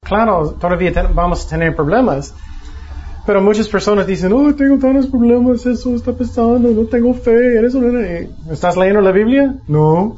claro, todavía vamos a tener problemas. Pero muchas personas dicen, oh, tengo tantos problemas, eso está pasando, no tengo fe, eso no. ¿Estás leyendo la Biblia? No.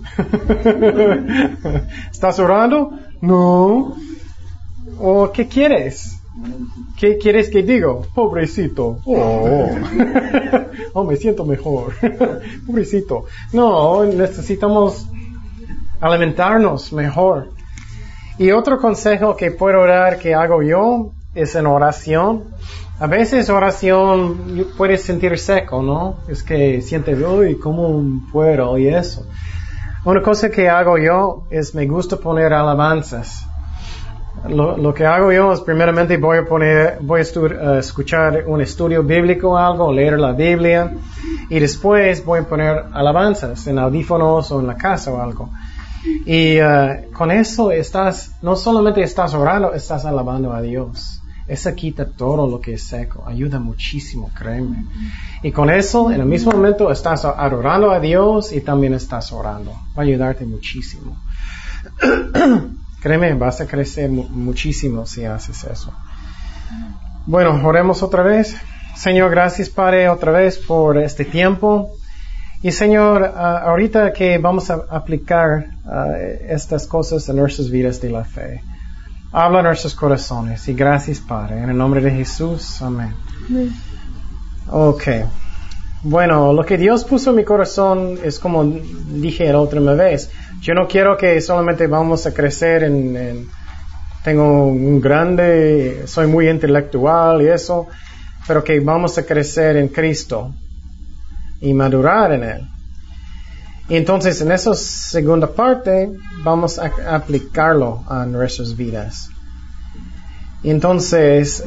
¿Estás orando? No. ¿O qué quieres? ¿Qué quieres que diga? Pobrecito. Oh, me siento mejor. Pobrecito. No, necesitamos alimentarnos mejor. Y otro consejo que puedo dar que hago yo es en oración. A veces oración puedes sentir seco, ¿no? Es que sientes, uy, ¿cómo puedo? Y eso. Una cosa que hago yo es me gusta poner alabanzas. Lo que hago yo es primeramente voy a escuchar un estudio bíblico o algo, leer la Biblia, y después voy a poner alabanzas en audífonos o en la casa o algo. Y con eso no solamente estás orando, estás alabando a Dios. Eso quita todo lo que es seco. Ayuda muchísimo, créeme. Y con eso, en el mismo momento, estás adorando a Dios y también estás orando. Va a ayudarte muchísimo. Créeme, vas a crecer muchísimo si haces eso. Bueno, oremos otra vez. Señor, gracias, Padre, otra vez por este tiempo. Y Señor, ahorita que vamos a aplicar estas cosas en nuestras vidas de la fe. Habla en nuestros corazones y gracias, Padre. En el nombre de Jesús. Amén. Ok. Bueno, lo que Dios puso en mi corazón es como dije la otra vez. Yo no quiero que solamente vamos a crecer tengo un grande, soy muy intelectual y eso, pero que vamos a crecer en Cristo y madurar en Él. Y entonces en esa segunda parte vamos a aplicarlo a nuestras vidas. Y entonces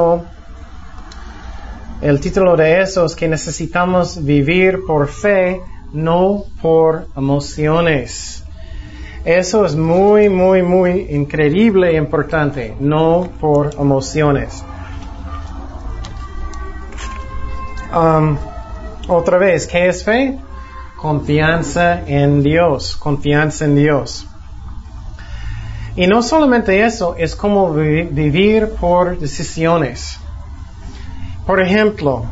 el título de eso es que necesitamos vivir por fe, no por emociones. Eso es muy, muy, muy increíble e importante, no por emociones. Otra vez, ¿qué es fe? Confianza en Dios, confianza en Dios. Y no solamente eso, es como vivir por decisiones. Por ejemplo,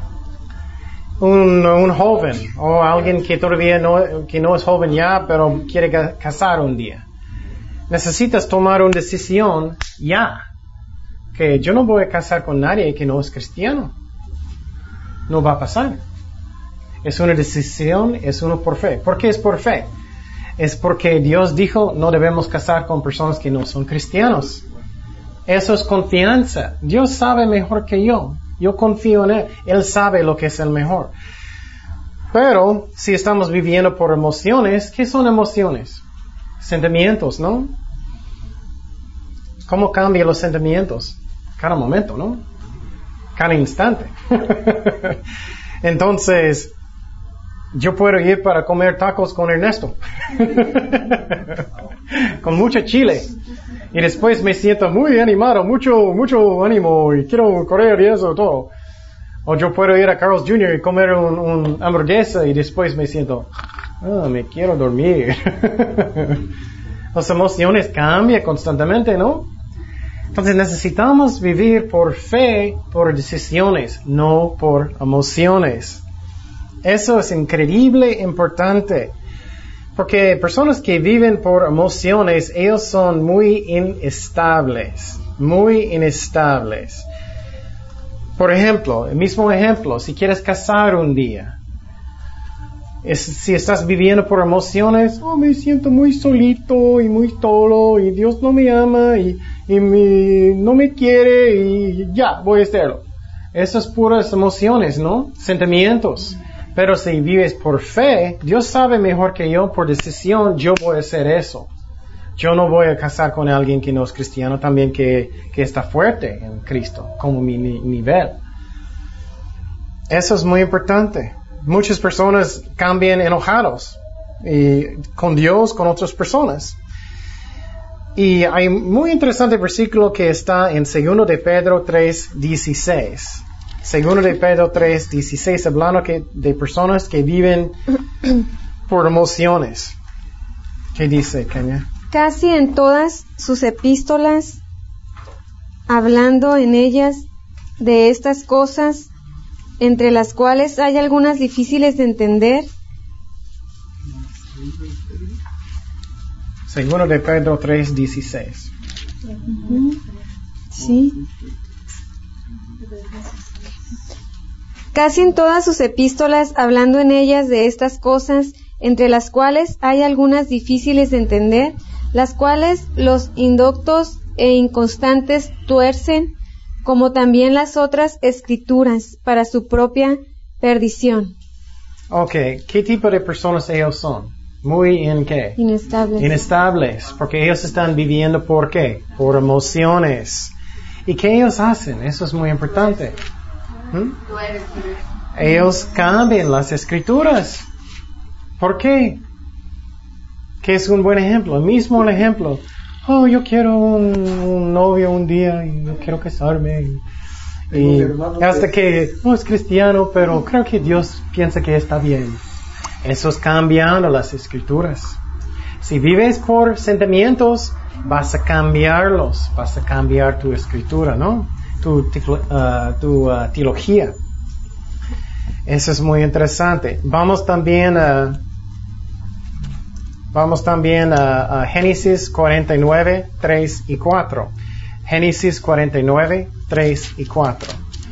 un joven o alguien que todavía que no es joven ya, pero quiere casar un día. Necesitas tomar una decisión ya. Que yo no voy a casar con nadie que no es cristiano. No va a pasar. Es una decisión, es uno por fe. ¿Por qué es por fe? Es porque Dios dijo no debemos casar con personas que no son cristianos. Eso es confianza. Dios sabe mejor que yo. Yo confío en Él. Él sabe lo que es el mejor. Pero si estamos viviendo por emociones, ¿qué son emociones? Sentimientos, ¿no? ¿Cómo cambian los sentimientos? Cada momento, ¿no? Cada instante. Entonces, yo puedo ir para comer tacos con Ernesto. Con mucho chile. Y después me siento muy animado, mucho ánimo y quiero correr y eso todo. O yo puedo ir a Carl's Jr. y comer un hamburguesa y después me siento, me quiero dormir. Las emociones cambian constantemente, ¿no? Entonces necesitamos vivir por fe, por decisiones, no por emociones. Eso es increíble, importante. Porque personas que viven por emociones, ellos son muy inestables. Muy inestables. Por ejemplo, el mismo ejemplo, si quieres casar un día. Si estás viviendo por emociones, me siento muy solito y muy solo y Dios no me ama y no me quiere y ya, voy a hacerlo. Esas puras emociones, ¿no? Sentimientos. Pero si vives por fe, Dios sabe mejor que yo, por decisión, yo voy a hacer eso. Yo no voy a casar con alguien que no es cristiano, también que está fuerte en Cristo, como mi nivel. Eso es muy importante. Muchas personas cambian enojados, con Dios, con otras personas. Y hay un muy interesante versículo que está en 2 de Pedro 3:16. 2 de Pedro 3:16, hablando de personas que viven por emociones. ¿Qué dice, Kenia? Casi en todas sus epístolas hablando en ellas de estas cosas, entre las cuales hay algunas difíciles de entender. Segundo de Pedro 3:16. Sí. Casi en todas sus epístolas, hablando en ellas de estas cosas, entre las cuales hay algunas difíciles de entender, las cuales los indoctos e inconstantes tuercen, como también las otras escrituras, para su propia perdición. Okay, ¿qué tipo de personas ellos son? Muy ¿en qué? Inestables. Inestables, porque ellos están viviendo ¿por qué? Por emociones. ¿Y qué ellos hacen? Eso es muy importante. Ellos cambian las escrituras. ¿Por qué? ¿Qué es un buen ejemplo? El mismo ejemplo. Oh, yo quiero un novio un día y yo quiero casarme. Y hasta que no es cristiano, pero creo que Dios piensa que está bien. Eso es cambiando las escrituras. Si vives por sentimientos, vas a cambiarlos, vas a cambiar tu escritura, ¿no? Tu teología. Eso es muy interesante. Vamos también a Génesis 49, 3 y 4. Génesis 49, 3 y 4.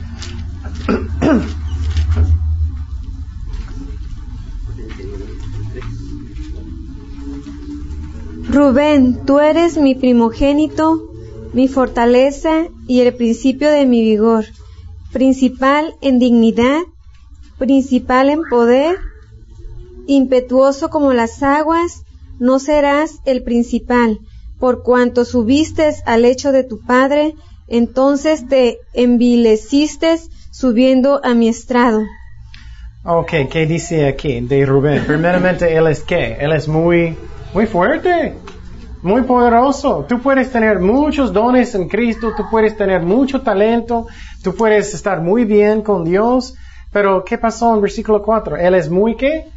Rubén, tú eres mi primogénito, mi fortaleza y el principio de mi vigor, principal en dignidad, principal en poder, impetuoso como las aguas, no serás el principal, por cuanto subiste al lecho de tu padre, entonces te envileciste subiendo a mi estrado. Okay, ¿qué dice aquí de Rubén? Primeramente, él es ¿qué? Él es muy fuerte, muy poderoso. Tú puedes tener muchos dones en Cristo, tú puedes tener mucho talento, tú puedes estar muy bien con Dios, pero ¿qué pasó en versículo 4? Él es muy ¿qué?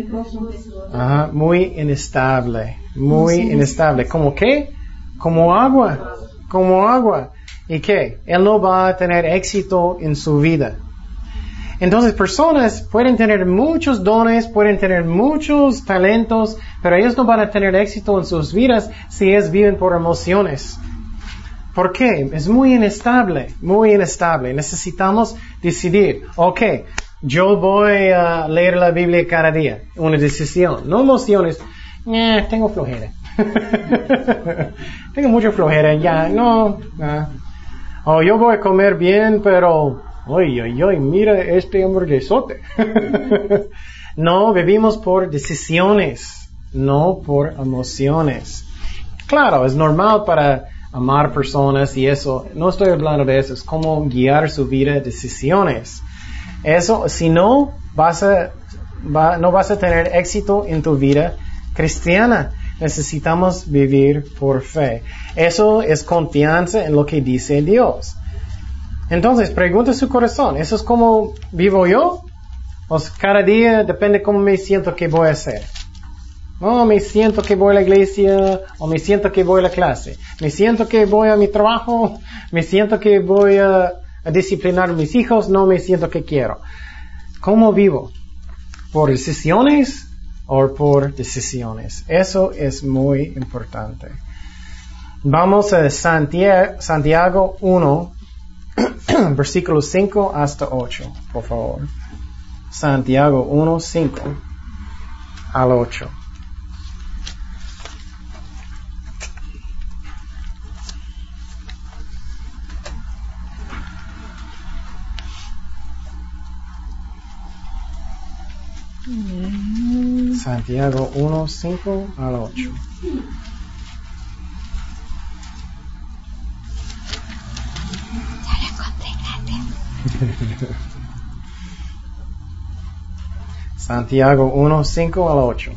Muy inestable, muy inestable. ¿Cómo qué? Como agua. ¿Y qué? Él no va a tener éxito en su vida. Entonces, personas pueden tener muchos dones, pueden tener muchos talentos, pero ellos no van a tener éxito en sus vidas si ellos viven por emociones. ¿Por qué? Es muy inestable, muy inestable. Necesitamos decidir, okay, yo voy a leer la Biblia cada día. Una decisión, no emociones. Tengo flojera. Tengo mucha flojera, ya, no. O yo voy a comer bien, pero oye, mira este hamburguesote. No, vivimos por decisiones, no por emociones. Claro, es normal para amar personas y eso, no estoy hablando de eso, es como guiar su vida, decisiones. Eso, si no, no vas a tener éxito en tu vida cristiana. Necesitamos vivir por fe. Eso es confianza en lo que dice Dios. Entonces, pregunta su corazón, ¿eso es como vivo yo? O cada día depende cómo me siento que voy a hacer. No, me siento que voy a la iglesia, o me siento que voy a la clase. Me siento que voy a mi trabajo, me siento que voy a disciplinar a mis hijos, no me siento que quiero. ¿Cómo vivo? ¿Por decisiones o por decisiones? Eso es muy importante. Vamos a Santiago 1, versículos 5 hasta 8, por favor. Santiago 1, 5 al 8. Santiago 1, 5 al 8. Santiago 1, 5 al 8.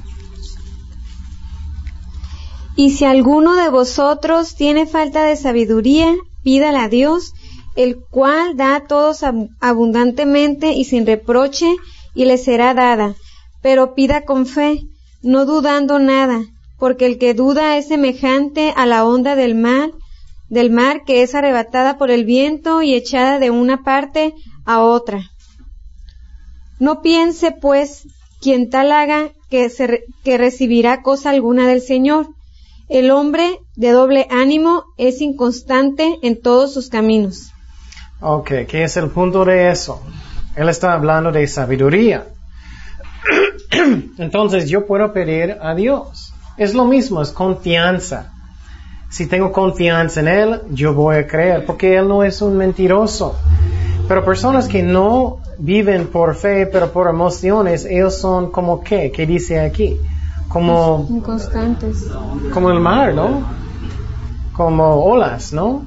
Y si alguno de vosotros tiene falta de sabiduría, pídala a Dios, el cual da a todos abundantemente y sin reproche, y le será dada. Pero pida con fe, no dudando nada, porque el que duda es semejante a la onda del mar, del mar que es arrebatada por el viento y echada de una parte a otra. No piense, pues, quien tal haga que recibirá cosa alguna del Señor. El hombre de doble ánimo es inconstante en todos sus caminos. Ok, ¿qué es el punto de eso? Él está hablando de sabiduría. Entonces yo puedo pedir a Dios. Es lo mismo, es confianza. Si tengo confianza en Él, yo voy a creer, porque Él no es un mentiroso. Pero personas que no viven por fe, pero por emociones, ellos son como ¿qué? ¿Qué dice aquí? Como inconstantes. Como el mar, ¿no? Como olas, ¿no?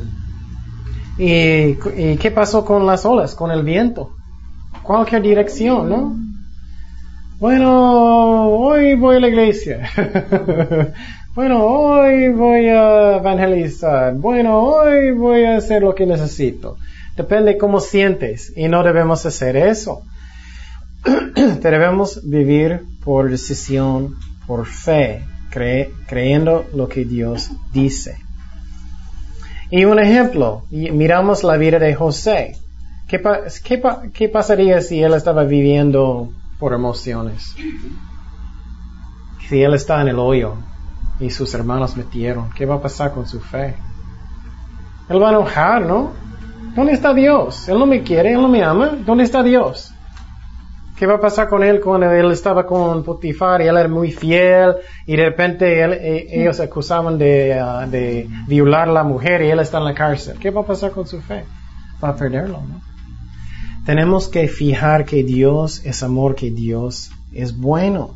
¿Y qué pasó con las olas? Con el viento. Cualquier dirección, ¿no? Bueno, hoy voy a la iglesia. Bueno, hoy voy a evangelizar. Bueno, hoy voy a hacer lo que necesito. Depende cómo sientes y no debemos hacer eso. Debemos vivir por decisión, por fe, creyendo lo que Dios dice. Y un ejemplo, miramos la vida de José. ¿Qué pasaría si él estaba viviendo por emociones? Si él está en el hoyo y sus hermanos metieron, ¿qué va a pasar con su fe? Él va a enojar, ¿no? ¿Dónde está Dios? Él no me quiere, Él no me ama. ¿Dónde está Dios? ¿Qué va a pasar con él cuando él estaba con Potifar y él era muy fiel y de repente ellos acusaban de violar a la mujer y él está en la cárcel? ¿Qué va a pasar con su fe? Va a perderlo, ¿no? Tenemos que fijar que Dios es amor, que Dios es bueno.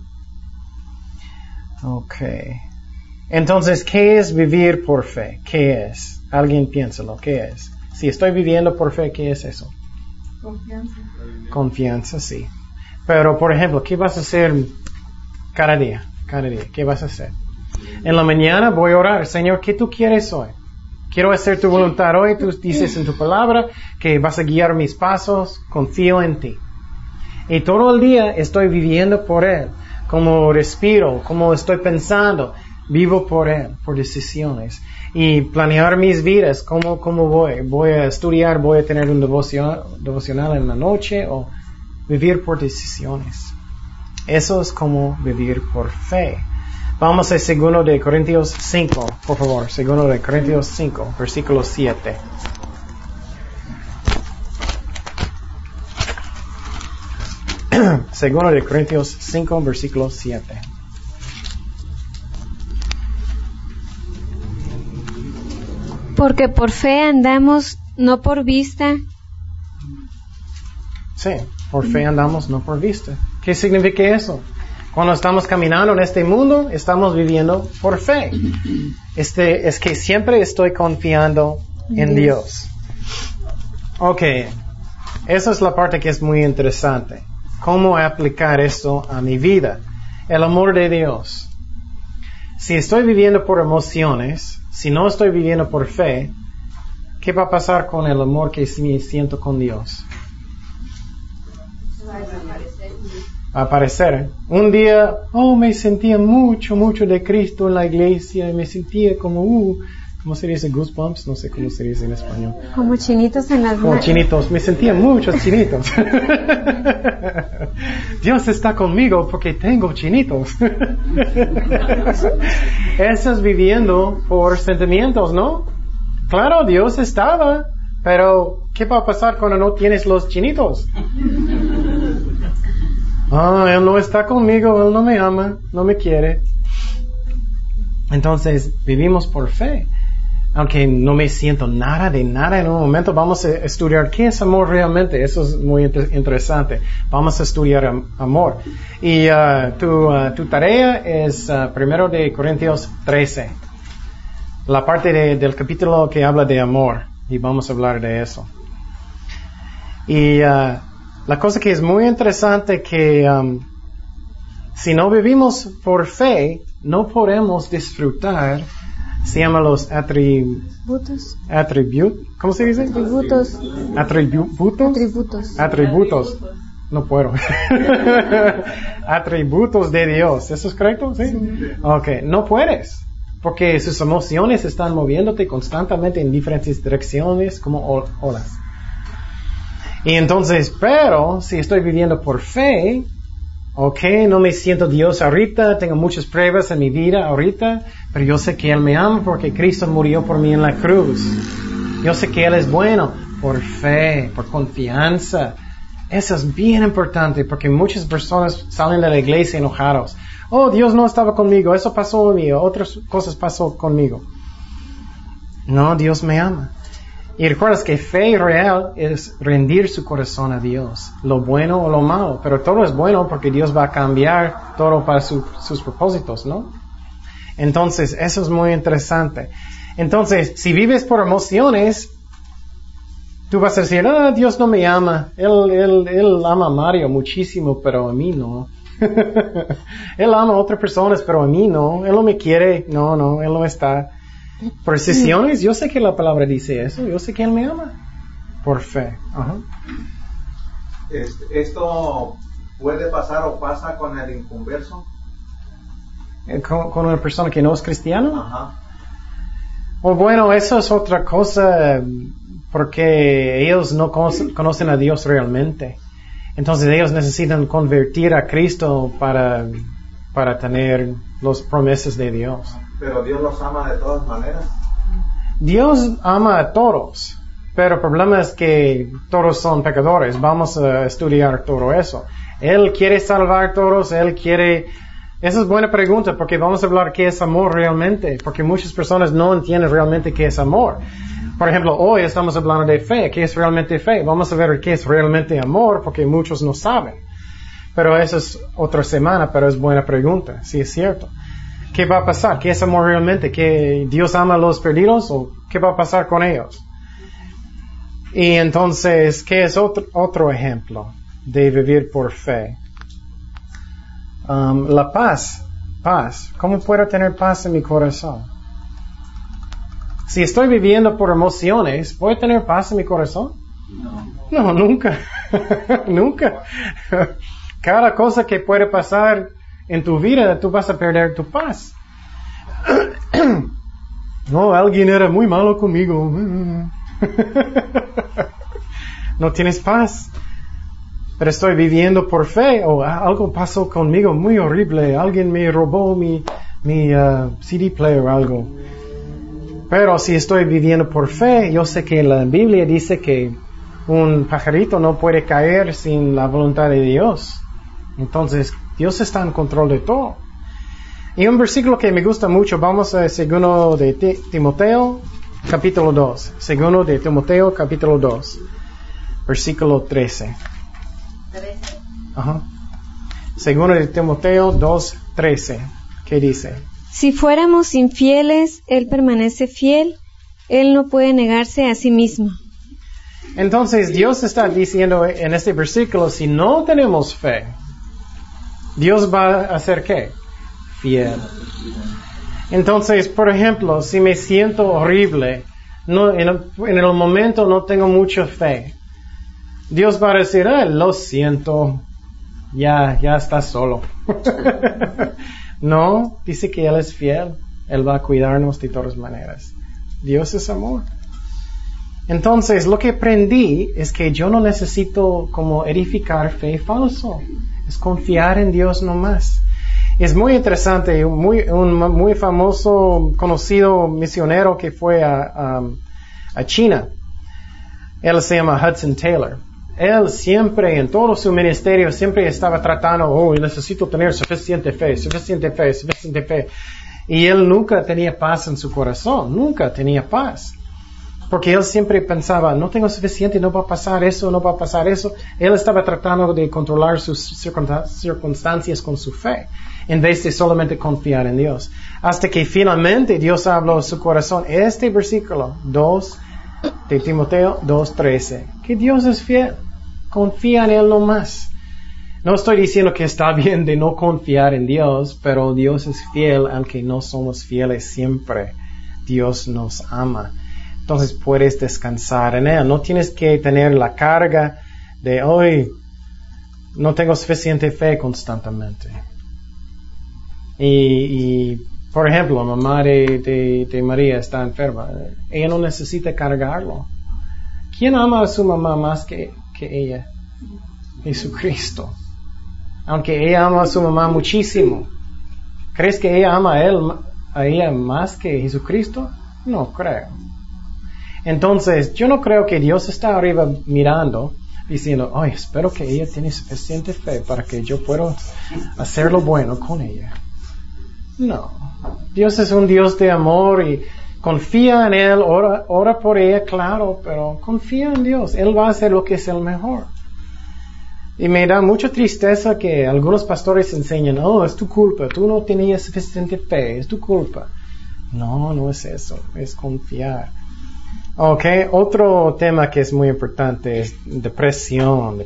Okay. Entonces, ¿qué es vivir por fe? ¿Qué es? Alguien piénsalo, ¿qué es? Si estoy viviendo por fe, ¿qué es eso? Confianza. Confianza, sí. Pero, por ejemplo, ¿qué vas a hacer cada día? Cada día, ¿qué vas a hacer? En la mañana voy a orar, Señor, ¿qué tú quieres hoy? Quiero hacer tu voluntad hoy. Tú dices en tu palabra que vas a guiar mis pasos, confío en ti. Y todo el día estoy viviendo por Él. Como respiro, como estoy pensando, vivo por Él, por decisiones. Y planear mis vidas, ¿cómo voy a estudiar, voy a tener un devocional en la noche o vivir por decisiones. Eso es como vivir por fe. Vamos a 2 de Corintios 5, por favor. 2 de Corintios 5, versículo 7. Segundo de Corintios 5, versículo 7. Porque por fe andamos, no por vista. Sí, por fe andamos, no por vista. ¿Qué significa eso? Cuando estamos caminando en este mundo, estamos viviendo por fe. Es que siempre estoy confiando en Dios. Ok, esa es la parte que es muy interesante. ¿Cómo aplicar esto a mi vida? El amor de Dios. Si estoy viviendo por emociones, si no estoy viviendo por fe, ¿qué va a pasar con el amor que siento con Dios? Va a aparecer. Un día, me sentía mucho de Cristo en la iglesia y me sentía como, ¿cómo se dice? Goosebumps, no sé cómo se dice en español. Como chinitos en las manos. Como chinitos, me sentía muchos chinitos. Dios está conmigo porque tengo chinitos. Eso es viviendo por sentimientos, ¿no? Claro, Dios estaba, pero ¿qué va a pasar cuando no tienes los chinitos? Él no está conmigo, Él no me ama, no me quiere. Entonces, vivimos por fe. Aunque no me siento nada de nada en un momento, vamos a estudiar qué es amor realmente. Eso es muy interesante. Vamos a estudiar amor. Y tu tarea es 1 de Corintios 13. La parte del capítulo que habla de amor. Y vamos a hablar de eso. Y la cosa que es muy interesante que si no vivimos por fe, no podemos disfrutar. Se llama los atributos. ¿Cómo se dice? Atributos. No puedo. Atributos de Dios. ¿Eso es correcto? ¿Sí? Ok. No puedes. porque sus emociones están moviéndote constantemente en diferentes direcciones como olas. Y entonces, pero si estoy viviendo por fe, no me siento Dios ahorita, tengo muchas pruebas en mi vida ahorita, pero yo sé que Él me ama porque Cristo murió por mí en la cruz. Yo sé que Él es bueno por fe, por confianza. Eso es bien importante porque muchas personas salen de la iglesia enojados. Dios no estaba conmigo, eso pasó conmigo, otras cosas pasó conmigo. No, Dios me ama. Y recuerdas que fe real es rendir su corazón a Dios, lo bueno o lo malo, pero todo es bueno porque Dios va a cambiar todo para sus propósitos, ¿no? Entonces, eso es muy interesante. Entonces, si vives por emociones, tú vas a decir, Dios no me ama, Él ama a Mario muchísimo, pero a mí no. Él ama a otras personas, pero a mí no, Él no me quiere, no, Él no está. Por decisiones, yo sé que la palabra dice eso, yo sé que Él me ama. Por fe. ¿Esto puede pasar o pasa con el inconverso? ¿Con una persona que no es cristiana? Ajá. Bueno, eso es otra cosa, porque ellos no conocen a Dios realmente. Entonces ellos necesitan convertir a Cristo para tener las promesas de Dios. Pero Dios los ama de todas maneras. Dios ama a todos, pero el problema es que todos son pecadores. Vamos a estudiar todo eso. Él quiere salvar a todos, Él quiere... Esa es buena pregunta porque vamos a hablar qué es amor realmente, porque muchas personas no entienden realmente qué es amor. Por ejemplo, hoy estamos hablando de fe. ¿Qué es realmente fe? Vamos a ver qué es realmente amor porque muchos no saben. Pero eso es otra semana, pero es buena pregunta, sí es cierto. ¿Qué va a pasar? ¿Qué es amor realmente? ¿Que Dios ama a los perdidos o qué va a pasar con ellos? Y entonces, ¿qué es otro ejemplo de vivir por fe? La paz. ¿Cómo puedo tener paz en mi corazón? Si estoy viviendo por emociones, ¿voy a tener paz en mi corazón? No, nunca. Nunca. Cada cosa que puede pasar en tu vida, tú vas a perder tu paz. No, alguien era muy malo conmigo. No tienes paz. Pero estoy viviendo por fe. Algo pasó conmigo muy horrible. Alguien me robó mi CD player o algo. Pero si estoy viviendo por fe, yo sé que la Biblia dice que un pajarito no puede caer sin la voluntad de Dios. Entonces, Dios está en control de todo. Y un versículo que me gusta mucho, vamos a 2 de Timoteo, capítulo 2. 2 de Timoteo, capítulo 2, versículo 13. 13. Ajá. 2 de Timoteo 2, 13. ¿Qué dice? Si fuéramos infieles, Él permanece fiel, Él no puede negarse a sí mismo. Entonces, Dios está diciendo en este versículo, si no tenemos fe, Dios va a hacer ¿qué? Fiel. Entonces, por ejemplo, si me siento horrible, en el momento no tengo mucha fe, Dios va a decir, lo siento, ya estás solo. No, dice que Él es fiel, Él va a cuidarnos de todas maneras. Dios es amor. Entonces, lo que aprendí es que yo no necesito como edificar fe falso. Es confiar en Dios nomás. Es muy interesante, un muy famoso, conocido misionero que fue a China. Él se llama Hudson Taylor. Él siempre, en todo su ministerio, siempre estaba tratando, necesito tener suficiente fe. Y él nunca tenía paz en su corazón, nunca tenía paz. Porque él siempre pensaba, no tengo suficiente, no va a pasar eso, no va a pasar eso. Él estaba tratando de controlar sus circunstancias con su fe, en vez de solamente confiar en Dios. Hasta que finalmente Dios habló a su corazón. Este versículo, 2 de Timoteo 2:13, que Dios es fiel. Confía en Él nomás. No estoy diciendo que está bien de no confiar en Dios, pero Dios es fiel, aunque no somos fieles siempre. Dios nos ama. Entonces puedes descansar en Él. No tienes que tener la carga de hoy no tengo suficiente fe constantemente. Y Por ejemplo, la mamá de María está enferma. Ella no necesita cargarlo. ¿Quién ama a su mamá más que ella? Jesucristo. Aunque ella ama a su mamá muchísimo. ¿Crees que ella ama a ella más que Jesucristo? No creo. Entonces, yo no creo que Dios está arriba mirando, diciendo, ay, espero que ella tiene suficiente fe para que yo pueda hacer lo bueno con ella. No. Dios es un Dios de amor y confía en Él, ora por ella, claro, pero confía en Dios. Él va a hacer lo que es el mejor. Y me da mucha tristeza que algunos pastores enseñan, oh, es tu culpa, tú no tenías suficiente fe, es tu culpa. No, no es eso, es confiar. Ok, otro tema que es muy importante es depresión.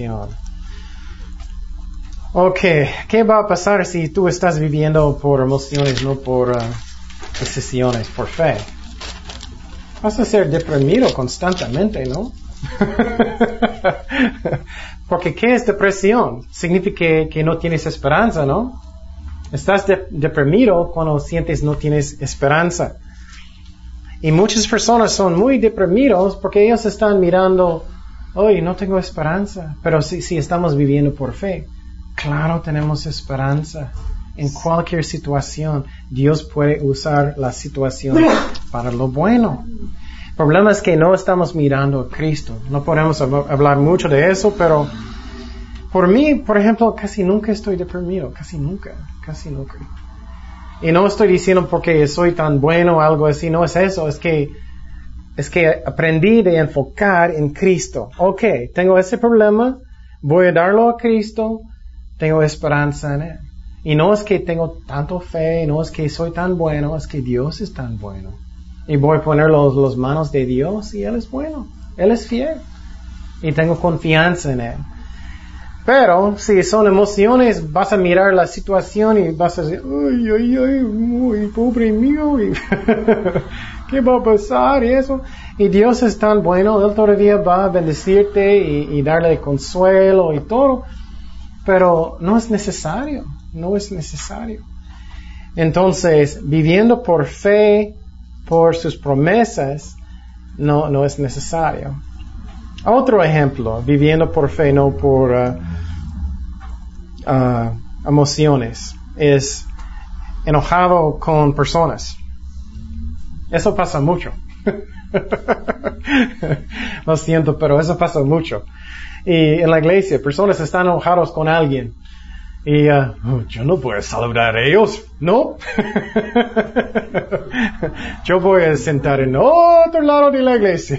Ok, ¿qué va a pasar si tú estás viviendo por emociones, no por decisiones, por fe? Vas a ser deprimido constantemente, ¿no? Porque ¿qué es depresión? Significa que no tienes esperanza, ¿no? Estás deprimido cuando sientes no tienes esperanza. Y muchas personas son muy deprimidos porque ellos están mirando, hoy no tengo esperanza. Pero si estamos viviendo por fe, claro tenemos esperanza. En cualquier situación, Dios puede usar la situación para lo bueno. El problema es que no estamos mirando a Cristo. No podemos hablar mucho de eso, pero por mí, por ejemplo, casi nunca estoy deprimido. Casi nunca. Y no estoy diciendo porque soy tan bueno o algo así. No es eso. Es que aprendí de enfocar en Cristo. Ok, tengo ese problema. Voy a darlo a Cristo. Tengo esperanza en Él. Y no es que tengo tanto fe. No es que soy tan bueno. Es que Dios es tan bueno. Y voy a poner las manos de Dios y Él es bueno. Él es fiel. Y tengo confianza en Él. Pero si son emociones, vas a mirar la situación y vas a decir, ay, pobre mío, y ¿qué va a pasar? Y eso. Y Dios es tan bueno, Él todavía va a bendecirte y darle consuelo y todo. Pero no es necesario. Entonces, viviendo por fe, por sus promesas, no es necesario. Otro ejemplo, viviendo por fe, no por emociones, es enojado con personas. Eso pasa mucho. Lo siento, pero eso pasa mucho. Y en la iglesia, personas están enojados con alguien. Y yo no puedo saludar a ellos, ¿no? Yo voy a sentar en otro lado de la iglesia.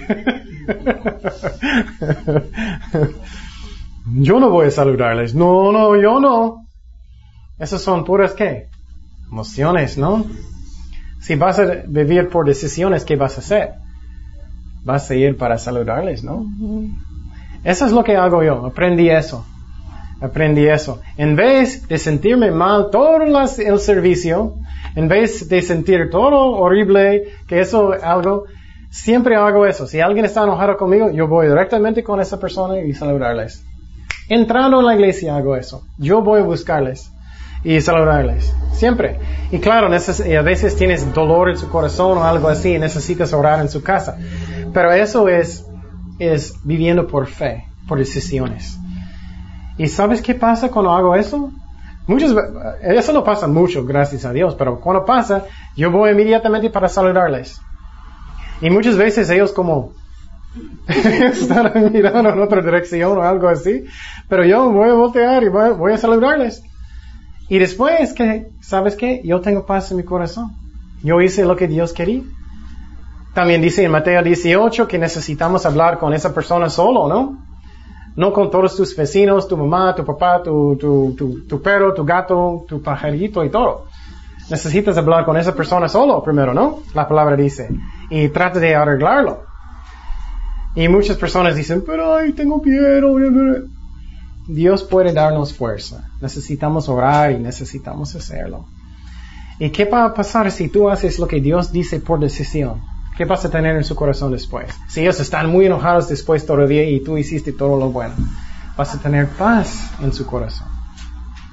Yo no voy a saludarles. No, yo no. Esas son puras, ¿qué? Emociones, ¿no? Si vas a vivir por decisiones, ¿qué vas a hacer? Vas a ir para saludarles, ¿no? Eso es lo que hago yo. Aprendí eso. En vez de sentirme mal todo el servicio, en vez de sentir todo horrible, que eso algo, siempre hago eso. Si alguien está enojado conmigo, yo voy directamente con esa persona y saludarles. Entrando en la iglesia hago eso. Yo voy a buscarles y saludarles. Siempre. Y claro, a veces tienes dolor en su corazón o algo así y necesitas orar en su casa. Pero eso es viviendo por fe, por decisiones. ¿Y sabes qué pasa cuando hago eso? Eso no pasa mucho, gracias a Dios, pero cuando pasa, yo voy inmediatamente para saludarles. Y muchas veces ellos como están mirando en otra dirección o algo así, pero yo voy a voltear y voy a saludarles. Y después, ¿sabes qué? Yo tengo paz en mi corazón. Yo hice lo que Dios quería. También dice en Mateo 18 que necesitamos hablar con esa persona solo, ¿no? No con todos tus vecinos, tu mamá, tu papá, tu perro, tu gato, tu pajarito y todo. Necesitas hablar con esa persona solo primero, ¿no? La palabra dice. Y trata de arreglarlo. Y muchas personas dicen, pero ay, tengo miedo. Dios puede darnos fuerza. Necesitamos orar y necesitamos hacerlo. ¿Y qué va a pasar si tú haces lo que Dios dice por decisión? ¿Qué vas a tener en su corazón después? Si ellos están muy enojados después todavía y tú hiciste todo lo bueno, vas a tener paz en su corazón.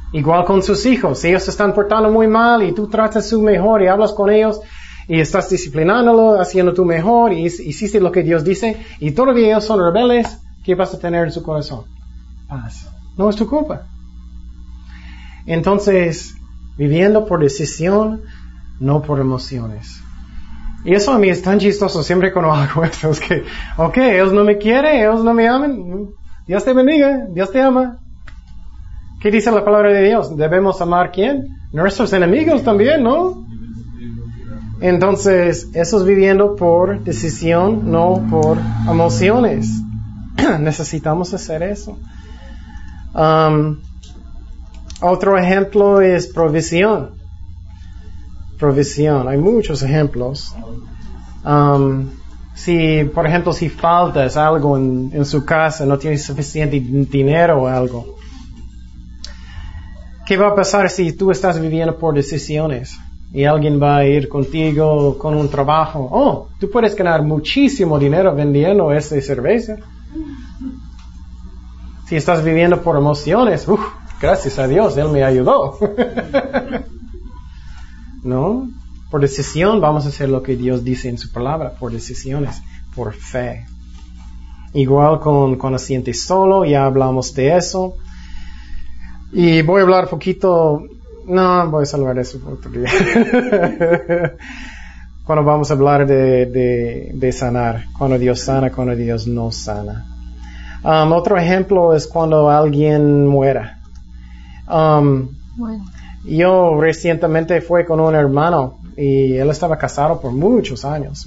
Igual con sus hijos. Si ellos se están portando muy mal y tú tratas su mejor y hablas con ellos y estás disciplinándolo, haciendo tu mejor y hiciste lo que Dios dice y todavía ellos son rebeldes, ¿qué vas a tener en su corazón? Paz. No es tu culpa. Entonces, viviendo por decisión, no por emociones. Y eso a mí es tan chistoso siempre cuando hago esto. Es que, ellos no me quieren, ellos no me aman. Dios te bendiga, Dios te ama. ¿Qué dice la palabra de Dios? ¿Debemos amar quién? Nuestros enemigos también, ¿no? Entonces, eso es viviendo por decisión, no por emociones. Necesitamos hacer eso. Otro ejemplo es provisión. Provisión. Hay muchos ejemplos. Por ejemplo, si faltas algo en su casa, no tienes suficiente dinero o algo. ¿Qué va a pasar si tú estás viviendo por decisiones? Y alguien va a ir contigo con un trabajo. Tú puedes ganar muchísimo dinero vendiendo esa cerveza. Si estás viviendo por emociones, gracias a Dios, Él me ayudó. ¿No? Por decisión vamos a hacer lo que Dios dice en su palabra, por decisiones, por fe. Igual cuando sientes solo, ya hablamos de eso. Y voy a hablar un poquito, voy a salvar eso por otro día. Cuando vamos a hablar de sanar, cuando Dios sana, cuando Dios no sana. Otro ejemplo es cuando alguien muera. Yo recientemente fui con un hermano y él estaba casado por muchos años.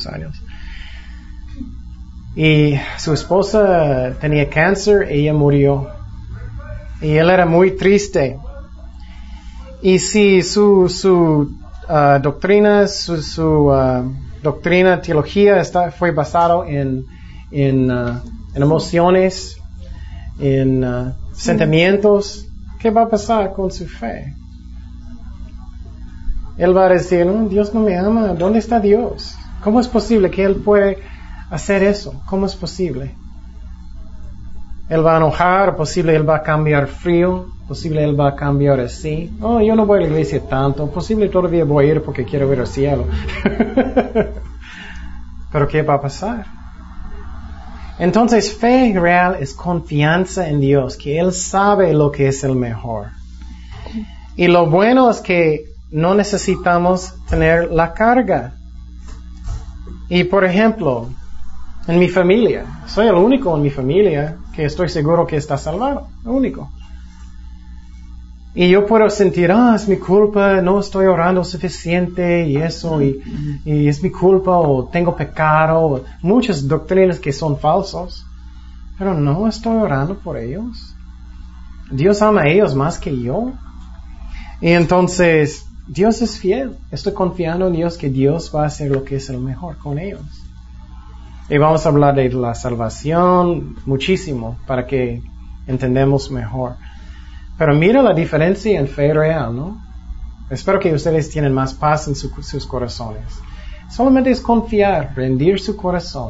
Y su esposa tenía cáncer, ella murió. Y él era muy triste. Y si su doctrina, doctrina, teología fue basado en emociones, en sentimientos, ¿qué va a pasar con su fe? Él va a decir, Dios no me ama, ¿dónde está Dios? ¿Cómo es posible que Él puede hacer eso? ¿Cómo es posible? Él va a enojar, posible Él va a cambiar frío, posible Él va a cambiar así. Yo no voy a la iglesia tanto, posible todavía voy a ir porque quiero ver el cielo. Pero ¿qué va a pasar? Entonces, fe real es confianza en Dios, que Él sabe lo que es el mejor. Y lo bueno es que no necesitamos tener la carga. Y por ejemplo, en mi familia, soy el único en mi familia que estoy seguro que está salvado, el único. Y yo puedo sentir, es mi culpa, no estoy orando suficiente y eso, y es mi culpa, o tengo pecado, muchas doctrinas que son falsos, pero no estoy orando por ellos. Dios ama a ellos más que yo. Y entonces, Dios es fiel. Estoy confiando en Dios que Dios va a hacer lo que es el mejor con ellos. Y vamos a hablar de la salvación muchísimo para que entendamos mejor. Pero mira la diferencia en fe real, ¿no? Espero que ustedes tienen más paz en sus corazones. Solamente es confiar, rendir su corazón.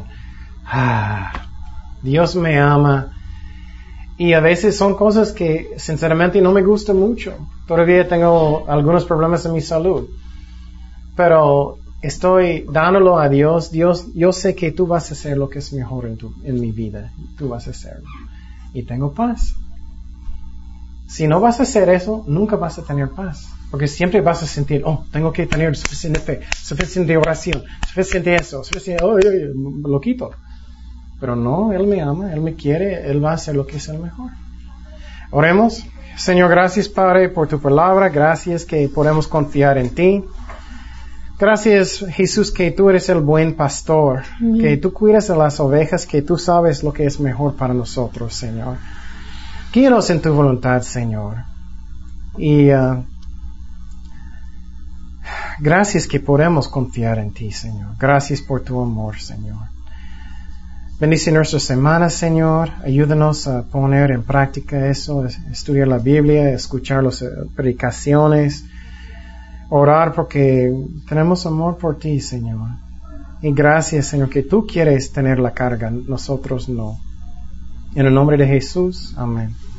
Dios me ama. Y a veces son cosas que sinceramente no me gustan mucho. Todavía tengo algunos problemas en mi salud. Pero estoy dándolo a Dios. Dios, yo sé que tú vas a hacer lo que es mejor en mi vida. Tú vas a hacerlo. Y tengo paz. Si no vas a hacer eso, nunca vas a tener paz. Porque siempre vas a sentir, tengo que tener suficiente fe, suficiente oración, suficiente eso, suficiente, lo quito. Pero no, Él me ama, Él me quiere, Él va a hacer lo que es el mejor. Oremos. Señor, gracias Padre por tu palabra, gracias que podemos confiar en ti. Gracias Jesús que tú eres el buen pastor, que tú cuidas de las ovejas, que tú sabes lo que es mejor para nosotros, Señor. Guíanos en tu voluntad, Señor. Y gracias que podemos confiar en ti, Señor. Gracias por tu amor, Señor. Bendice nuestra semana, Señor. Ayúdanos a poner en práctica eso, estudiar la Biblia, escuchar las predicaciones, orar porque tenemos amor por ti, Señor. Y gracias, Señor, que tú quieres tener la carga, nosotros no. En el nombre de Jesús, amén.